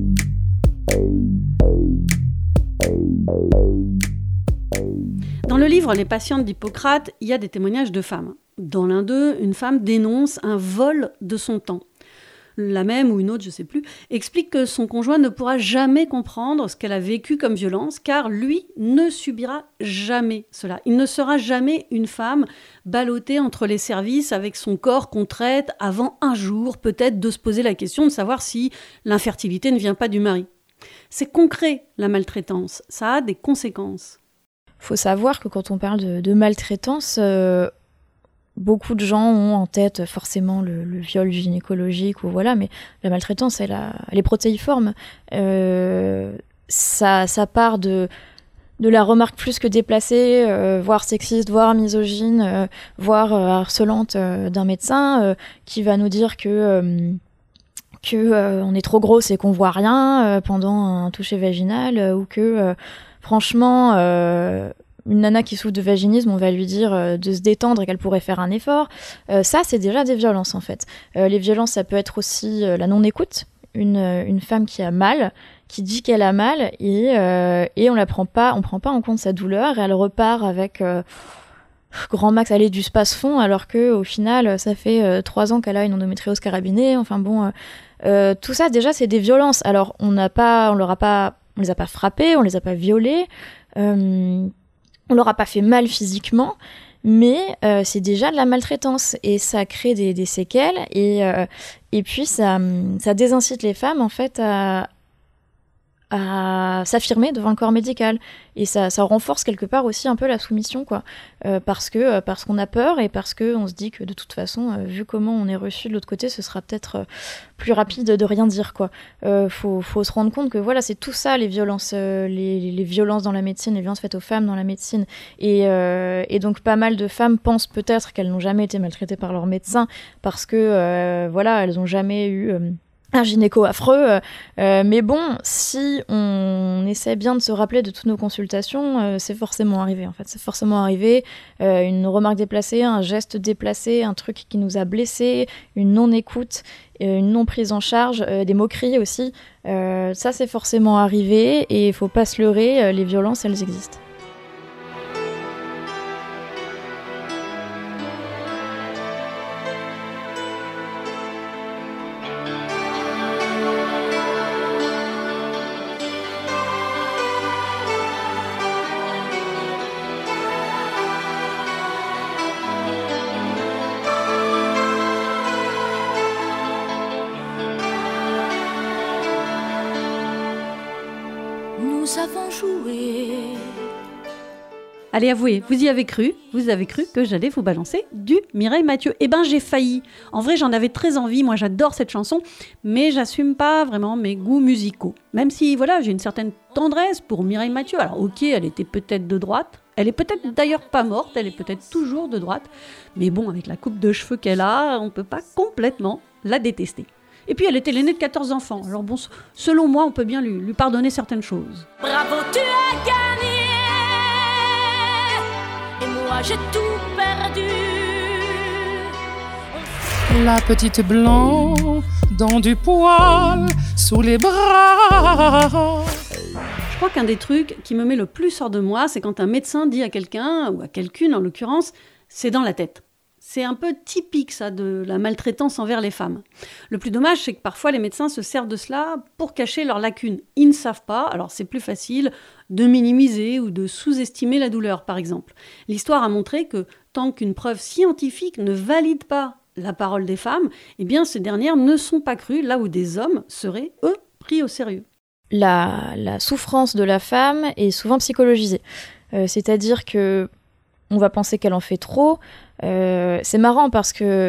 Dans le livre Les patientes d'Hippocrate, il y a des témoignages de femmes. Dans l'un d'eux, une femme dénonce un vol de son temps. La même ou une autre, je ne sais plus, explique que son conjoint ne pourra jamais comprendre ce qu'elle a vécu comme violence, car lui ne subira jamais cela. Il ne sera jamais une femme ballottée entre les services avec son corps qu'on traite avant un jour, peut-être de se poser la question de savoir si l'infertilité ne vient pas du mari. C'est concret, la maltraitance. Ça a des conséquences. Il faut savoir que quand on parle de, de maltraitance... Euh... Beaucoup de gens ont en tête forcément le, le viol gynécologique ou voilà, mais la maltraitance, elle, a, elle est protéiforme. Euh, ça, ça part de, de la remarque plus que déplacée, euh, voire sexiste, voire misogyne, euh, voire euh, harcelante euh, d'un médecin euh, qui va nous dire que euh, que euh, on est trop grosse et qu'on voit rien euh, pendant un toucher vaginal euh, ou que euh, franchement euh, une nana qui souffre de vaginisme, on va lui dire euh, de se détendre et qu'elle pourrait faire un effort. Euh, ça, c'est déjà des violences, en fait. Euh, les violences, ça peut être aussi euh, la non-écoute. Une, une femme qui a mal, qui dit qu'elle a mal, et, euh, et on la prend pas, on prend pas en compte sa douleur, et elle repart avec euh, grand max aller du space-fond, alors qu'au final, ça fait euh, trois ans qu'elle a une endométriose carabinée. Enfin bon, euh, euh, tout ça, déjà, c'est des violences. Alors, on n'a pas, on leur a pas, on les a pas frappées, on les a pas violées, euh, on leur a pas fait mal physiquement, mais euh, c'est déjà de la maltraitance et ça crée des, des séquelles et, euh, et puis ça, ça désincite les femmes en fait à, à s'affirmer devant le corps médical et ça, ça renforce quelque part aussi un peu la soumission quoi, euh, parce que euh, parce qu'on a peur et parce que on se dit que de toute façon euh, vu comment on est reçu de l'autre côté ce sera peut-être euh, plus rapide de rien dire quoi. Euh, faut faut se rendre compte que voilà c'est tout ça les violences euh, les, les violences dans la médecine, les violences faites aux femmes dans la médecine et euh, et donc pas mal de femmes pensent peut-être qu'elles n'ont jamais été maltraitées par leur médecin parce que euh, voilà elles ont jamais eu euh, un gynéco affreux, euh, mais bon, si on essaie bien de se rappeler de toutes nos consultations, euh, c'est forcément arrivé en fait, c'est forcément arrivé, euh, une remarque déplacée, un geste déplacé, un truc qui nous a blessés, une non-écoute, euh, une non-prise en charge, euh, des moqueries aussi, euh, ça c'est forcément arrivé et il faut pas se leurrer, euh, les violences elles existent. Allez, avouez, vous y avez cru, vous avez cru que j'allais vous balancer du Mireille Mathieu. Eh ben, j'ai failli. En vrai, j'en avais très envie, moi j'adore cette chanson, mais j'assume pas vraiment mes goûts musicaux. Même si, voilà, j'ai une certaine tendresse pour Mireille Mathieu. Alors, ok, elle était peut-être de droite, elle est peut-être d'ailleurs pas morte, elle est peut-être toujours de droite, mais bon, avec la coupe de cheveux qu'elle a, on peut pas complètement la détester. Et puis, elle était l'aînée de quatorze enfants, alors bon, selon moi, on peut bien lui, lui pardonner certaines choses. Bravo, tu as gagné. moi j'ai tout perdu. La petite blanc dans du poil sous les bras. Je crois qu'un des trucs qui me met le plus hors de moi, c'est quand un médecin dit à quelqu'un, ou à quelqu'une en l'occurrence, c'est dans la tête. C'est un peu typique, ça, de la maltraitance envers les femmes. Le plus dommage, c'est que parfois les médecins se servent de cela pour cacher leurs lacunes. Ils ne savent pas, alors c'est plus facile de minimiser ou de sous-estimer la douleur, par exemple. L'histoire a montré que tant qu'une preuve scientifique ne valide pas la parole des femmes, eh bien ces dernières ne sont pas crues, là où des hommes seraient, eux, pris au sérieux. La, la souffrance de la femme est souvent psychologisée. Euh, c'est-à-dire que on va penser qu'elle en fait trop. Euh, c'est marrant parce que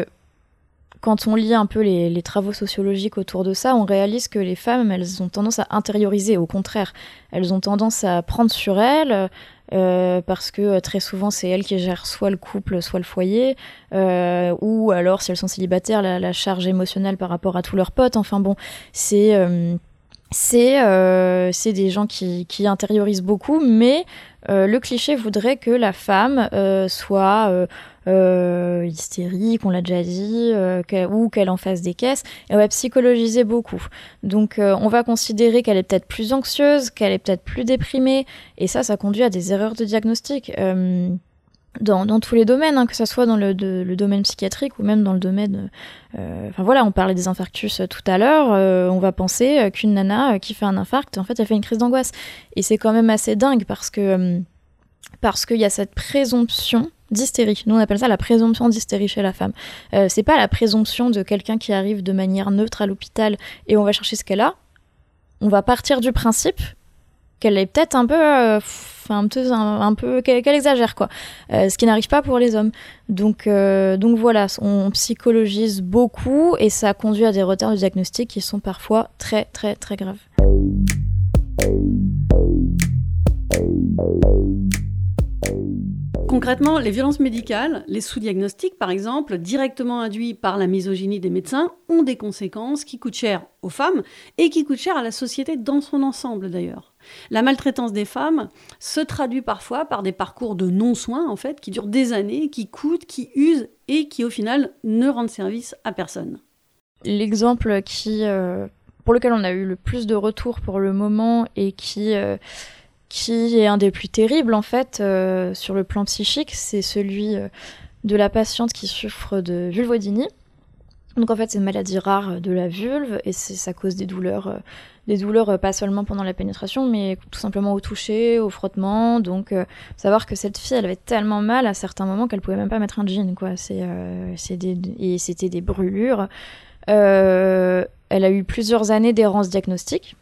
quand on lit un peu les, les travaux sociologiques autour de ça, on réalise que les femmes, elles ont tendance à intérioriser. Au contraire, elles ont tendance à prendre sur elles euh, parce que très souvent, c'est elles qui gèrent soit le couple, soit le foyer, euh, ou alors, si elles sont célibataires, la, la charge émotionnelle par rapport à tous leurs potes. Enfin bon, c'est... Euh, C'est, euh, c'est des gens qui, qui intériorisent beaucoup, mais euh, le cliché voudrait que la femme euh, soit euh, euh, hystérique, on l'a déjà dit, euh, qu'elle, ou qu'elle en fasse des caisses, et on va psychologiser beaucoup. Donc euh, on va considérer qu'elle est peut-être plus anxieuse, qu'elle est peut-être plus déprimée, et ça, ça conduit à des erreurs de diagnostic. Euh, Dans, dans tous les domaines, hein, que ce soit dans le, de, le domaine psychiatrique ou même dans le domaine... Euh, enfin voilà, on parlait des infarctus tout à l'heure, euh, on va penser qu'une nana euh, qui fait un infarct, en fait, elle fait une crise d'angoisse. Et c'est quand même assez dingue parce que euh, parce qu'il y a cette présomption d'hystérie. Nous, on appelle ça la présomption d'hystérie chez la femme. Euh, c'est pas la présomption de quelqu'un qui arrive de manière neutre à l'hôpital et on va chercher ce qu'elle a. On va partir du principe qu'elle est peut-être un peu... Euh, Enfin, un peu, un, un peu qu'elle, qu'elle exagère, quoi. Euh, ce qui n'arrive pas pour les hommes. Donc, euh, donc voilà, on psychologise beaucoup et ça conduit à des retards de diagnostic qui sont parfois très, très, très graves. Concrètement, les violences médicales, les sous-diagnostics par exemple, directement induits par la misogynie des médecins, ont des conséquences qui coûtent cher aux femmes et qui coûtent cher à la société dans son ensemble d'ailleurs. La maltraitance des femmes se traduit parfois par des parcours de non-soins en fait, qui durent des années, qui coûtent, qui usent et qui au final ne rendent service à personne. L'exemple qui, euh, pour lequel on a eu le plus de retours pour le moment et qui... Euh, qui est un des plus terribles en fait euh, sur le plan psychique, c'est celui euh, de la patiente qui souffre de vulvodynie. Donc en fait c'est une maladie rare de la vulve et c'est, ça cause des douleurs, euh, des douleurs euh, pas seulement pendant la pénétration mais tout simplement au toucher, au frottement. Donc euh, savoir que cette fille elle avait tellement mal à certains moments qu'elle pouvait même pas mettre un jean quoi. C'est, euh, c'est des, et c'était des brûlures. Euh, elle a eu plusieurs années d'errance diagnostique.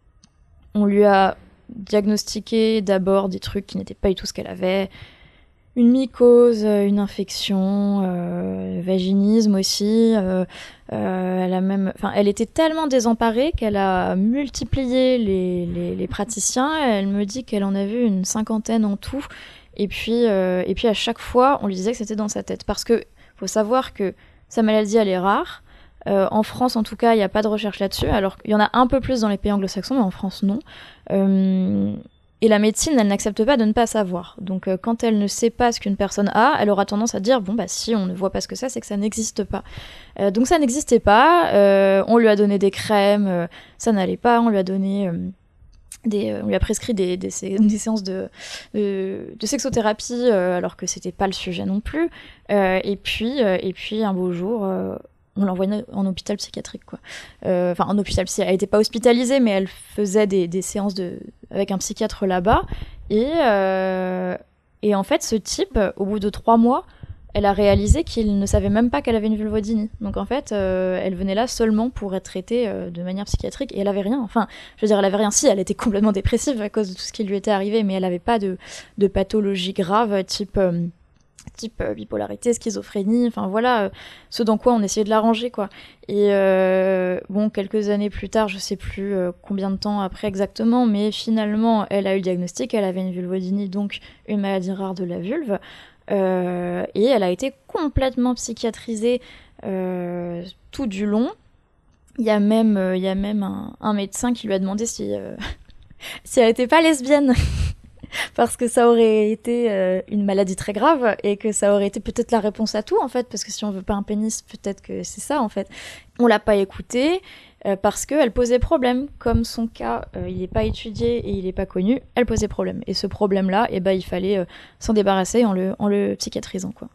On lui a diagnostiquer d'abord des trucs qui n'étaient pas du tout ce qu'elle avait, une mycose, une infection, euh, vaginisme aussi. Euh, euh, elle a même, enfin, elle était tellement désemparée qu'elle a multiplié les, les, les praticiens. Elle me dit qu'elle en a vu une cinquantaine en tout. Et puis, euh, et puis à chaque fois, on lui disait que c'était dans sa tête, parce que faut savoir que sa maladie elle est rare. Euh, en France, en tout cas, il n'y a pas de recherche là-dessus. Alors, il y en a un peu plus dans les pays anglo-saxons, mais en France, non. Euh, et la médecine, elle n'accepte pas de ne pas savoir. Donc, euh, quand elle ne sait pas ce qu'une personne a, elle aura tendance à dire, bon, bah, si on ne voit pas ce que c'est, c'est que ça n'existe pas. Euh, donc, ça n'existait pas. Euh, on lui a donné des crèmes, euh, ça n'allait pas. On lui a donné... Euh, Des, euh, on lui a prescrit des, des, des séances de, de, de sexothérapie euh, alors que c'était pas le sujet non plus. Euh, et, puis, euh, et puis, un beau jour... Euh, on l'envoyait en hôpital psychiatrique, quoi. Euh, enfin, en hôpital psychiatrique. Elle n'était pas hospitalisée, mais elle faisait des, des séances de, avec un psychiatre là-bas. Et, euh, et en fait, ce type, au bout de trois mois, elle a réalisé qu'il ne savait même pas qu'elle avait une vulvodynie. Donc en fait, euh, elle venait là seulement pour être traitée euh, de manière psychiatrique. Et elle avait rien. Enfin, je veux dire, elle avait rien. Si, elle était complètement dépressive à cause de tout ce qui lui était arrivé, mais elle n'avait pas de, de pathologie grave, type... Euh, type euh, bipolarité, schizophrénie, enfin voilà, euh, ce dans quoi on essayait de l'arranger, quoi. Et euh, bon, quelques années plus tard, je sais plus euh, combien de temps après exactement, mais finalement, elle a eu le diagnostic, elle avait une vulvodynie, donc une maladie rare de la vulve, euh, et elle a été complètement psychiatrisée euh, tout du long. Il y a même, euh, il y a même un, un médecin qui lui a demandé si, euh, si elle était pas lesbienne. parce que ça aurait été euh, une maladie très grave et que ça aurait été peut-être la réponse à tout en fait, parce que si on veut pas un pénis, peut-être que c'est ça en fait. On l'a pas écoutée euh, parce qu'elle posait problème, comme son cas euh, il n'est pas étudié et il n'est pas connu, elle posait problème. Et ce problème-là, eh ben, il fallait euh, s'en débarrasser en le, en le psychiatrisant quoi.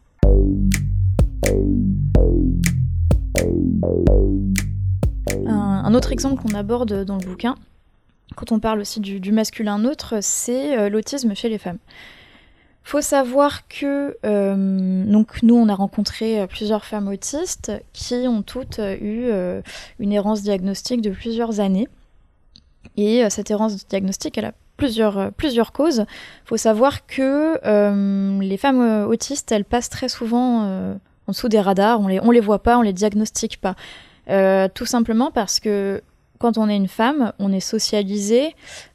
Un, un autre exemple qu'on aborde dans le bouquin, quand on parle aussi du, du masculin neutre, c'est euh, l'autisme chez les femmes. Faut savoir que euh, donc nous on a rencontré euh, plusieurs femmes autistes qui ont toutes euh, eu euh, une errance diagnostique de plusieurs années. Et euh, cette errance diagnostique, elle a plusieurs, euh, plusieurs causes. Faut savoir que euh, les femmes euh, autistes, elles passent très souvent euh, en dessous des radars, on les, on les voit pas, on les diagnostique pas. Euh, tout simplement parce que quand on est une femme, on est socialisé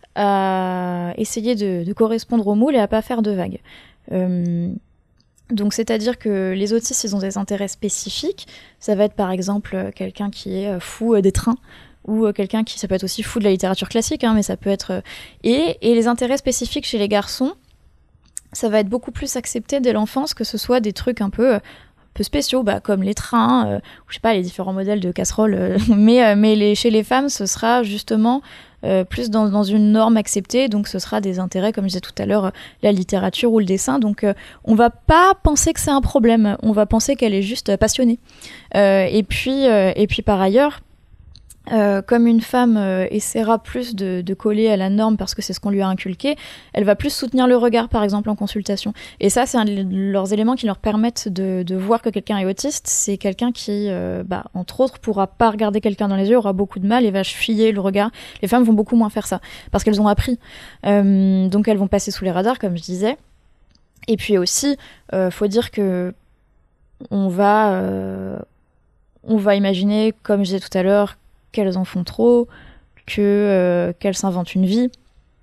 à essayer de, de correspondre au moule et à pas faire de vagues. Euh, donc c'est-à-dire que les autistes, ils ont des intérêts spécifiques. Ça va être par exemple quelqu'un qui est fou des trains, ou quelqu'un qui, ça peut être aussi fou de la littérature classique, hein, mais ça peut être... Et, et les intérêts spécifiques chez les garçons, ça va être beaucoup plus accepté dès l'enfance, que ce soit des trucs un peu... peu spéciaux, bah, comme les trains, euh, ou je sais pas, les différents modèles de casseroles, euh, mais, euh, mais les, chez les femmes, ce sera justement euh, plus dans, dans une norme acceptée, donc ce sera des intérêts, comme je disais tout à l'heure, euh, la littérature ou le dessin, donc euh, on va pas penser que c'est un problème, on va penser qu'elle est juste passionnée. Euh, et, puis, euh, et puis par ailleurs, Euh, comme une femme euh, essaiera plus de, de coller à la norme parce que c'est ce qu'on lui a inculqué, elle va plus soutenir le regard par exemple en consultation. Et ça, c'est un de leurs éléments qui leur permettent de, de voir que quelqu'un est autiste. C'est quelqu'un qui, euh, bah, entre autres, pourra pas regarder quelqu'un dans les yeux, aura beaucoup de mal et va fuyer le regard. Les femmes vont beaucoup moins faire ça parce qu'elles ont appris. Euh, donc elles vont passer sous les radars, comme je disais. Et puis aussi, euh, faut dire que on va, euh, on va imaginer, comme je disais tout à l'heure, qu'elles en font trop, que, euh, qu'elles s'inventent une vie.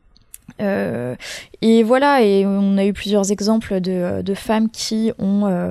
Euh, et voilà, et on a eu plusieurs exemples de, de femmes qui ont, euh,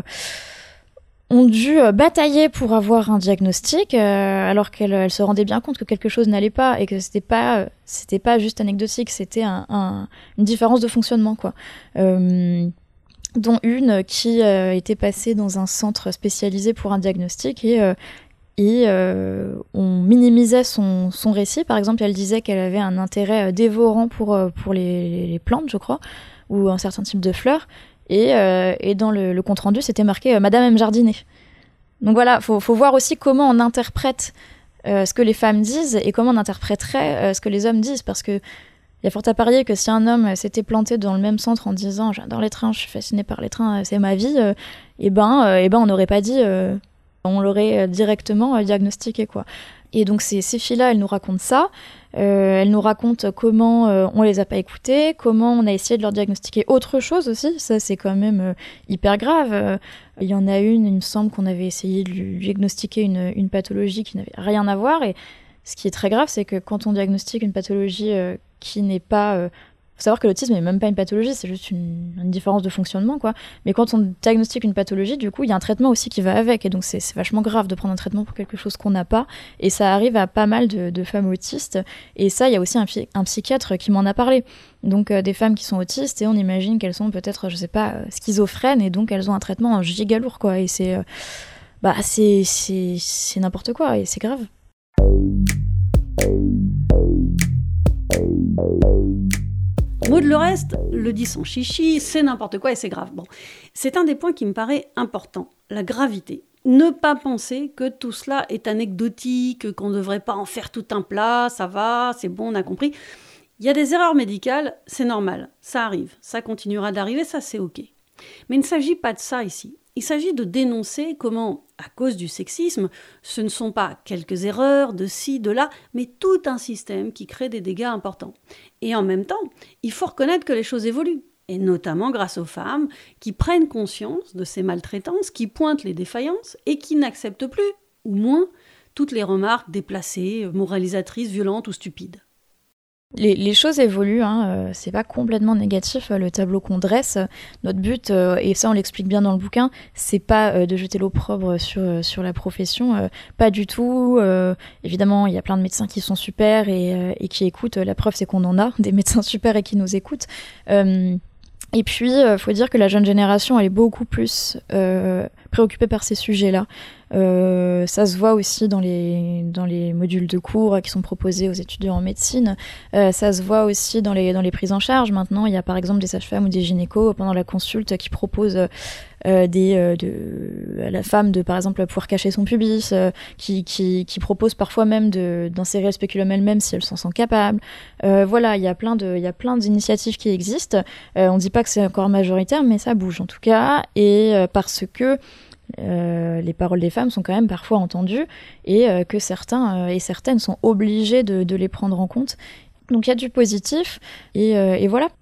ont dû batailler pour avoir un diagnostic, euh, alors qu'elles elles se rendaient bien compte que quelque chose n'allait pas et que c'était pas, c'était pas juste anecdotique, c'était un, un, une différence de fonctionnement, quoi. Euh, dont une qui euh, était passée dans un centre spécialisé pour un diagnostic et euh, Et euh, on minimisait son, son récit. Par exemple, elle disait qu'elle avait un intérêt dévorant pour, pour les, les plantes, je crois, ou un certain type de fleurs. Et, euh, et dans le, le compte-rendu, c'était marqué euh, « Madame aime jardiner ». Donc voilà, il faut, faut voir aussi comment on interprète euh, ce que les femmes disent et comment on interpréterait euh, ce que les hommes disent. Parce que il y a fort à parier que si un homme s'était planté dans le même centre en disant « J'adore les trains, je suis fascinée par les trains, c'est ma vie euh, », et ben, euh, et ben on n'aurait pas dit... Euh, on l'aurait directement diagnostiqué, quoi. Et donc ces, ces filles-là, elles nous racontent ça. Euh, elles nous racontent comment euh, on les a pas écoutées, comment on a essayé de leur diagnostiquer autre chose aussi. Ça, c'est quand même euh, hyper grave. Euh, il y en a une, il me semble qu'on avait essayé de lui diagnostiquer une, une pathologie qui n'avait rien à voir. Et ce qui est très grave, c'est que quand on diagnostique une pathologie euh, qui n'est pas... Euh, faut savoir que l'autisme n'est même pas une pathologie, c'est juste une, une différence de fonctionnement, quoi. Mais quand on diagnostique une pathologie, du coup, il y a un traitement aussi qui va avec. Et donc, c'est, c'est vachement grave de prendre un traitement pour quelque chose qu'on n'a pas. Et ça arrive à pas mal de, de femmes autistes. Et ça, il y a aussi un, un psychiatre qui m'en a parlé. Donc, euh, des femmes qui sont autistes, et on imagine qu'elles sont peut-être, je sais pas, euh, schizophrènes, et donc elles ont un traitement giga lourd, quoi. Et c'est, euh, bah, c'est, c'est, c'est n'importe quoi, et c'est grave. Maud le reste le dit sans chichi, c'est n'importe quoi et c'est grave. Bon, c'est un des points qui me paraît important, la gravité. Ne pas penser que tout cela est anecdotique, qu'on ne devrait pas en faire tout un plat, ça va, c'est bon, on a compris. Il y a des erreurs médicales, c'est normal, ça arrive, ça continuera d'arriver, ça c'est ok. Mais il ne s'agit pas de ça ici. Il s'agit de dénoncer comment, à cause du sexisme, ce ne sont pas quelques erreurs de ci, de là, mais tout un système qui crée des dégâts importants. Et en même temps, il faut reconnaître que les choses évoluent, et notamment grâce aux femmes qui prennent conscience de ces maltraitances, qui pointent les défaillances et qui n'acceptent plus, ou moins, toutes les remarques déplacées, moralisatrices, violentes ou stupides. Les, les choses évoluent, hein, euh, c'est pas complètement négatif euh, le tableau qu'on dresse. Notre but, euh, et ça on l'explique bien dans le bouquin, c'est pas euh, de jeter l'opprobre sur, euh, sur la profession, euh, pas du tout. Euh, évidemment, il y a plein de médecins qui sont super et, euh, et qui écoutent. La preuve, c'est qu'on en a des médecins super et qui nous écoutent. Euh, et puis, il euh, faut dire que la jeune génération, elle est beaucoup plus euh, préoccupée par ces sujets-là. Euh, ça se voit aussi dans les, dans les modules de cours qui sont proposés aux étudiants en médecine. Euh, ça se voit aussi dans les, dans les prises en charge. Maintenant, il y a par exemple des sages-femmes ou des gynécos pendant la consulte qui proposent euh, des, euh, de, à la femme de, par exemple, pouvoir cacher son pubis, euh, qui, qui, qui proposent parfois même de, d'insérer le spéculum elle-même si elle s'en sent capable. Euh, voilà, il y a plein de, il y a plein d'initiatives qui existent. Euh, on ne dit pas que c'est encore majoritaire, mais ça bouge en tout cas. Et euh, parce que Euh, les paroles des femmes sont quand même parfois entendues et euh, que certains euh, et certaines sont obligés de, de les prendre en compte. Donc il y a du positif et, euh, et voilà.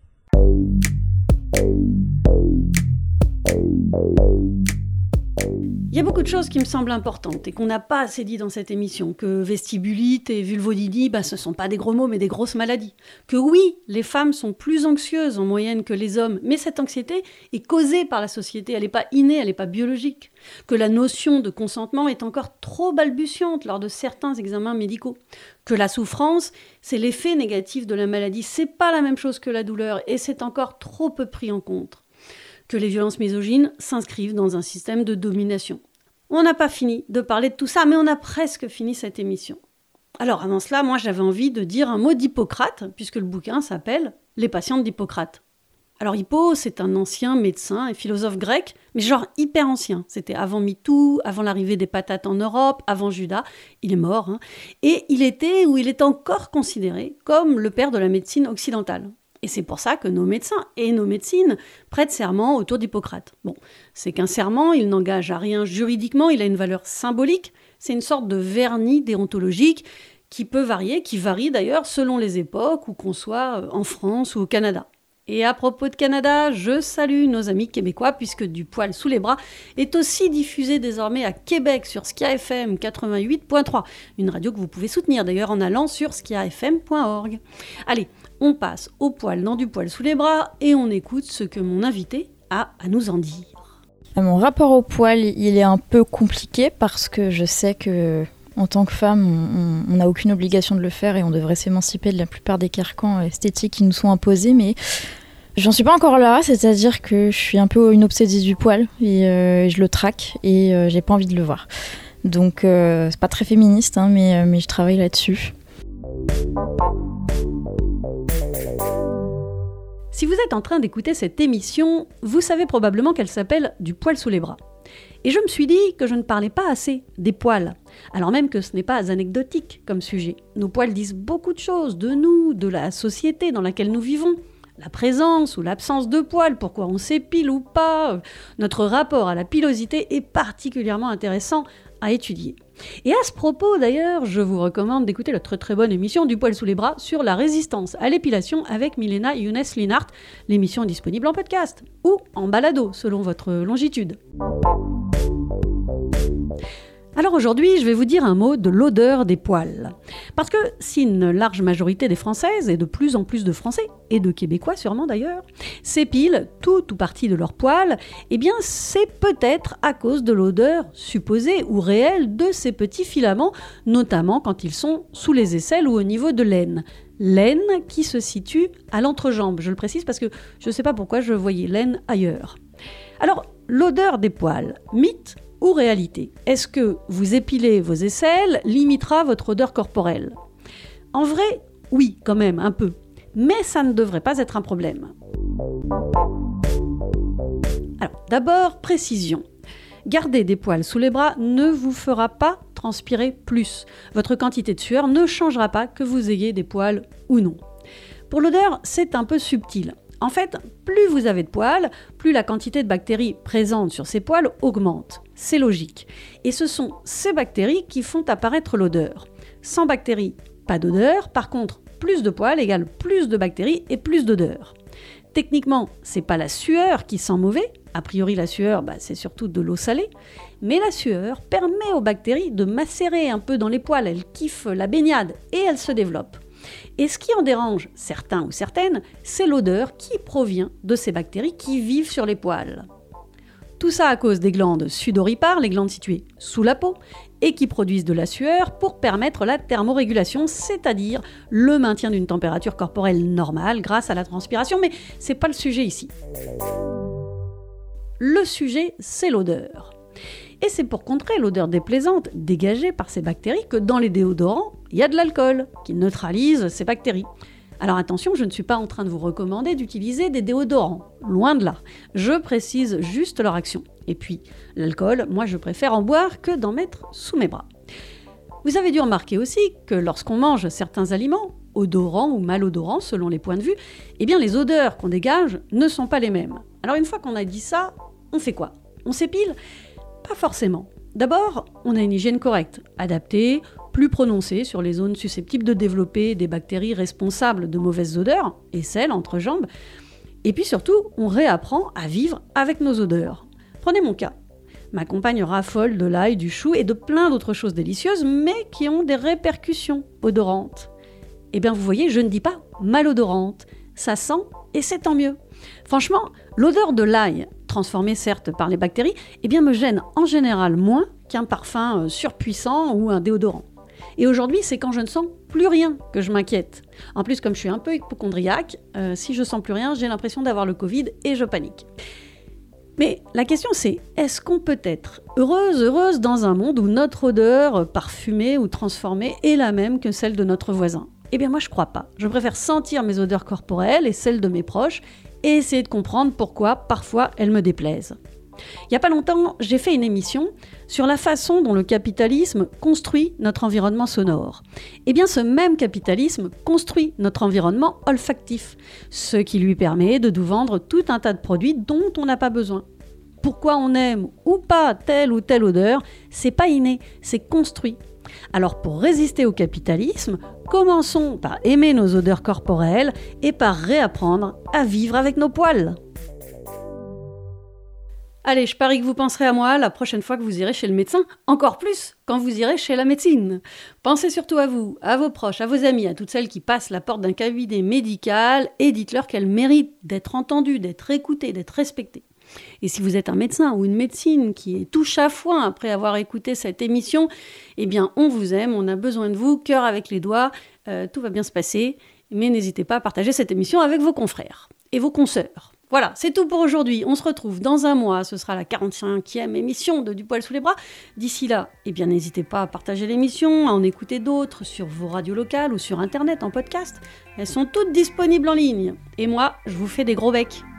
Il y a beaucoup de choses qui me semblent importantes et qu'on n'a pas assez dit dans cette émission. Que vestibulite et vulvodynie, bah, ce ne sont pas des gros mots mais des grosses maladies. Que oui, les femmes sont plus anxieuses en moyenne que les hommes, mais cette anxiété est causée par la société, elle n'est pas innée, elle n'est pas biologique. Que la notion de consentement est encore trop balbutiante lors de certains examens médicaux. Que la souffrance, c'est l'effet négatif de la maladie, c'est pas la même chose que la douleur et c'est encore trop peu pris en compte. Que les violences misogynes s'inscrivent dans un système de domination. On n'a pas fini de parler de tout ça, mais on a presque fini cette émission. Alors avant cela, moi j'avais envie de dire un mot d'Hippocrate, puisque le bouquin s'appelle « Les patientes d'Hippocrate ». Alors Hippo, c'est un ancien médecin et philosophe grec, mais genre hyper ancien. C'était avant MeToo, avant l'arrivée des patates en Europe, avant Judas. Il est mort, hein. Et il était, ou il est encore considéré, comme le père de la médecine occidentale. Et c'est pour ça que nos médecins et nos médecines prêtent serment autour d'Hippocrate. Bon, c'est qu'un serment, il n'engage à rien juridiquement, il a une valeur symbolique. C'est une sorte de vernis déontologique qui peut varier, qui varie d'ailleurs selon les époques, ou qu'on soit en France ou au Canada. Et à propos de Canada, je salue nos amis québécois, puisque Du poil sous les bras est aussi diffusé désormais à Québec sur Skia F M quatre-vingt-huit point trois, une radio que vous pouvez soutenir d'ailleurs en allant sur skia f m point org. Allez, on passe au poil dans Du poil sous les bras et on écoute ce que mon invité a à nous en dire. Mon rapport au poil, il est un peu compliqué parce que je sais que en tant que femme, on n'a aucune obligation de le faire et on devrait s'émanciper de la plupart des carcans esthétiques qui nous sont imposés, mais j'en suis pas encore là, c'est-à-dire que je suis un peu une obsédée du poil et euh, je le traque et euh, j'ai pas envie de le voir. Donc euh, c'est pas très féministe, hein, mais, mais je travaille là-dessus. Si vous êtes en train d'écouter cette émission, vous savez probablement qu'elle s'appelle Du poil sous les bras. Et je me suis dit que je ne parlais pas assez des poils, alors même que ce n'est pas anecdotique comme sujet. Nos poils disent beaucoup de choses de nous, de la société dans laquelle nous vivons. La présence ou l'absence de poils, pourquoi on s'épile ou pas. Notre rapport à la pilosité est particulièrement intéressant à étudier. Et à ce propos, d'ailleurs, je vous recommande d'écouter la très très bonne émission Du poil sous les bras sur la résistance à l'épilation avec Milena Younes Linhart. L'émission est disponible en podcast ou en balado, selon votre longitude. Alors aujourd'hui, je vais vous dire un mot de l'odeur des poils. Parce que si une large majorité des Françaises, et de plus en plus de Français, et de Québécois sûrement d'ailleurs, s'épilent tout ou partie de leurs poils, eh bien c'est peut-être à cause de l'odeur supposée ou réelle de ces petits filaments, notamment quand ils sont sous les aisselles ou au niveau de l'aine. L'aine qui se situe à l'entrejambe, je le précise parce que je ne sais pas pourquoi je voyais l'aine ailleurs. Alors, l'odeur des poils, mythe ou réalité? Est-ce que vous épilez vos aisselles limitera votre odeur corporelle? En vrai, oui, quand même, un peu. Mais ça ne devrait pas être un problème. Alors, d'abord, précision. Garder des poils sous les bras ne vous fera pas transpirer plus. Votre quantité de sueur ne changera pas que vous ayez des poils ou non. Pour l'odeur, c'est un peu subtil. En fait, plus vous avez de poils, plus la quantité de bactéries présentes sur ces poils augmente. C'est logique. Et ce sont ces bactéries qui font apparaître l'odeur. Sans bactéries, pas d'odeur. Par contre, plus de poils égale plus de bactéries et plus d'odeur. Techniquement, c'est pas la sueur qui sent mauvais. A priori, la sueur, bah, c'est surtout de l'eau salée. Mais la sueur permet aux bactéries de macérer un peu dans les poils. Elles kiffent la baignade et elles se développent. Et ce qui en dérange certains ou certaines, c'est l'odeur qui provient de ces bactéries qui vivent sur les poils. Tout ça à cause des glandes sudoripares, les glandes situées sous la peau, et qui produisent de la sueur pour permettre la thermorégulation, c'est-à-dire le maintien d'une température corporelle normale grâce à la transpiration, mais c'est pas le sujet ici. Le sujet, c'est l'odeur. Et c'est pour contrer l'odeur déplaisante dégagée par ces bactéries que dans les déodorants, il y a de l'alcool qui neutralise ces bactéries. Alors attention, je ne suis pas en train de vous recommander d'utiliser des déodorants, loin de là. Je précise juste leur action. Et puis, l'alcool, moi je préfère en boire que d'en mettre sous mes bras. Vous avez dû remarquer aussi que lorsqu'on mange certains aliments, odorants ou malodorants selon les points de vue, eh bien les odeurs qu'on dégage ne sont pas les mêmes. Alors une fois qu'on a dit ça, on fait quoi? On s'épile? Pas forcément. D'abord, on a une hygiène correcte, adaptée, plus prononcée sur les zones susceptibles de développer des bactéries responsables de mauvaises odeurs, et celles entre jambes. Et puis surtout, on réapprend à vivre avec nos odeurs. Prenez mon cas. Ma compagne raffole de l'ail, du chou et de plein d'autres choses délicieuses, mais qui ont des répercussions odorantes. Eh bien, vous voyez, je ne dis pas malodorante. Ça sent et c'est tant mieux. Franchement, l'odeur de l'ail, transformée certes par les bactéries, eh bien me gêne en général moins qu'un parfum surpuissant ou un déodorant. Et aujourd'hui, c'est quand je ne sens plus rien que je m'inquiète. En plus, comme je suis un peu hypocondriaque, euh, si je sens plus rien, j'ai l'impression d'avoir le Covid et je panique. Mais la question c'est, est-ce qu'on peut être heureuse, heureuse dans un monde où notre odeur parfumée ou transformée est la même que celle de notre voisin? Eh bien moi je crois pas. Je préfère sentir mes odeurs corporelles et celles de mes proches et essayer de comprendre pourquoi parfois elles me déplaisent. Il n'y a pas longtemps, j'ai fait une émission sur la façon dont le capitalisme construit notre environnement sonore. Eh bien, ce même capitalisme construit notre environnement olfactif, ce qui lui permet de nous vendre tout un tas de produits dont on n'a pas besoin. Pourquoi on aime ou pas telle ou telle odeur, c'est pas inné, c'est construit. Alors pour résister au capitalisme, commençons par aimer nos odeurs corporelles et par réapprendre à vivre avec nos poils. Allez, je parie que vous penserez à moi la prochaine fois que vous irez chez le médecin, encore plus quand vous irez chez la médecine. Pensez surtout à vous, à vos proches, à vos amis, à toutes celles qui passent la porte d'un cabinet médical et dites-leur qu'elles méritent d'être entendues, d'être écoutées, d'être respectées. Et si vous êtes un médecin ou une médecine qui est touche à foin après avoir écouté cette émission, eh bien on vous aime, on a besoin de vous, cœur avec les doigts, euh, tout va bien se passer, mais n'hésitez pas à partager cette émission avec vos confrères et vos consoeurs. Voilà, c'est tout pour aujourd'hui. On se retrouve dans un mois. Ce sera la quarante-cinquième émission de Du poil sous les bras. D'ici là, eh bien, n'hésitez pas à partager l'émission, à en écouter d'autres sur vos radios locales ou sur Internet en podcast. Elles sont toutes disponibles en ligne. Et moi, je vous fais des gros becs.